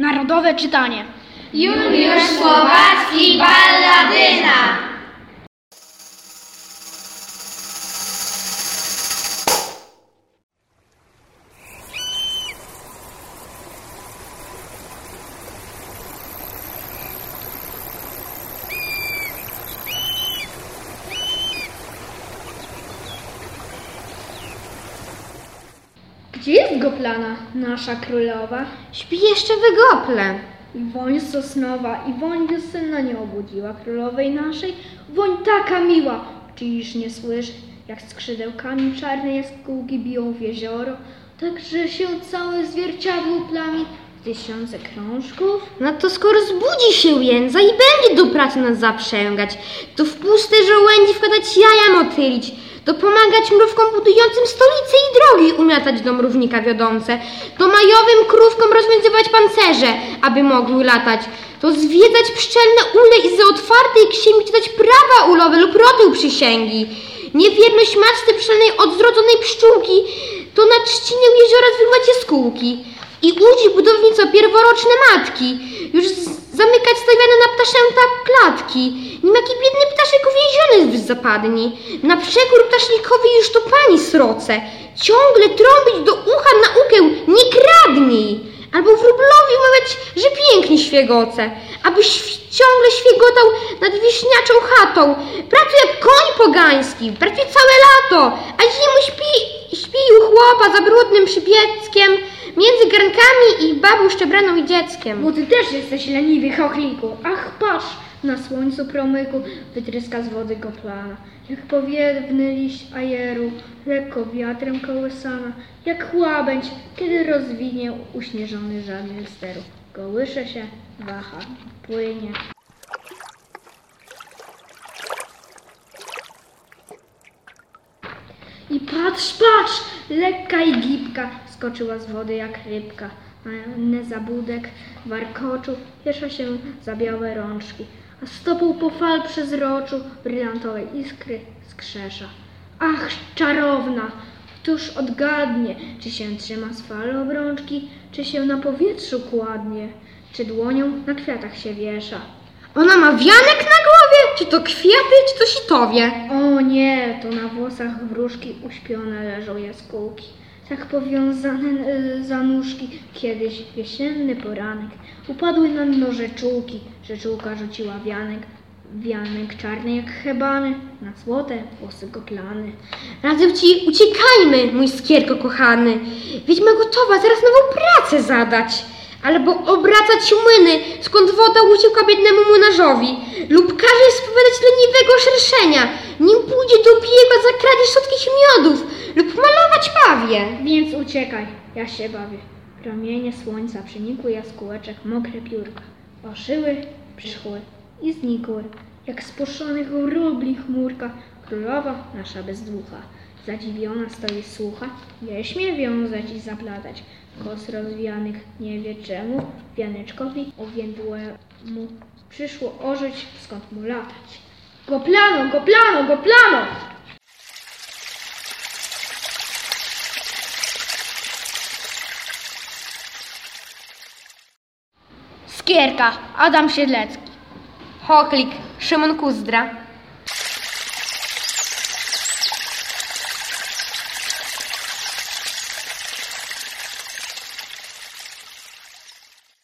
Narodowe czytanie. Juliusz Słowacki, balladyna. Gdzie jest Goplana, nasza królowa? Śpi jeszcze w Gople. I woń sosnowa, i woń wiosenna nie obudziła królowej naszej. Woń taka miła, czyż nie słyszy, jak skrzydełkami czarne jaskółki biją w jezioro, tak że się całe zwierciadło plami w tysiące krążków? No to skoro zbudzi się jędza i będzie do pracy nas zaprzęgać, to w puste żołędzie wkładać jaja motylić, to pomagać mrówkom budującym stolice i drogi umiatać do mrównika wiodące, to majowym krówkom rozwiązywać pancerze, aby mogły latać, to zwiedzać pszczelne ule i z otwartej księgi czytać prawa ulowe lub rodu przysięgi. Niewierność matce pszczelnej od zrodzonej pszczółki, to na trzcinę jeziora zwykłać jaskółki. I łódź budowniczo pierworoczne matki, już zamykać stawiane na ptaszęta klatki, nim jaki biedny ptaszek uwięziony w zapadni. Na przekór ptasznikowi już to pani sroce, ciągle trąbić do ucha naukę, nie kradnij! Albo wróblowi mawiać, że pięknie świegoce, abyś ciągle świegotał nad wiśniaczą chatą. Pracuj jak koń pogański, pracuj całe lato, a jemu śpi u chłopa za brudnym przybieckiem, między garnkami i babą szczebraną i dzieckiem. Bo ty też jesteś leniwy, chochliku. Ach, patrz, na słońcu promyku wytryska z wody Goplana. Jak powiewny liść ajeru, lekko wiatrem kołysana. Jak łabędź, kiedy rozwinie uśnieżony żagiel steru. Kołysze się, waha, płynie. I patrz, patrz, lekka i gibka, skoczyła z wody jak rybka. Na zabudek warkoczu piesza się za białe rączki, a stopą po fal przezroczu brylantowej iskry skrzesza. Ach, czarowna, któż odgadnie, czy się trzyma z fal obrączki, czy się na powietrzu kładnie, czy dłonią na kwiatach się wiesza. Ona ma wianek na głowie? Czy to kwiaty, czy to sitowie? O nie, to na włosach wróżki uśpione leżą jaskółki. Tak powiązane za nóżki, kiedyś jesienny poranek. Upadły na dno rzeczułki, rzeczułka rzuciła wianek czarny jak hebany, na złote włosy Goplany. Radzę ci, uciekajmy, mój skierko kochany. Wiedźma gotowa zaraz nową pracę zadać. Albo obracać młyny, skąd woda uciekła biednemu młynarzowi. Lub każe spowiadać leniwego szerszenia, nim pójdzie do piekła za kradzież słodkich miodów. Lub malować pawie. Więc uciekaj, ja się bawię. Promienie słońca przenikły jaskółeczek, mokre piórka. Oszyły, przyszły i znikły, jak z puszonych wróbli chmurka. Królowa nasza bezducha, zadziwiona stoi słucha, nie śmie wiązać i zaplatać. Kos rozwijanych nie wie czemu, wianeczkowi uwiędłemu przyszło ożyć, skąd mu latać. Goplano, Goplano, Goplano! Skierka, Adam Siedlecki. Choklik, Szymon Kuzdra.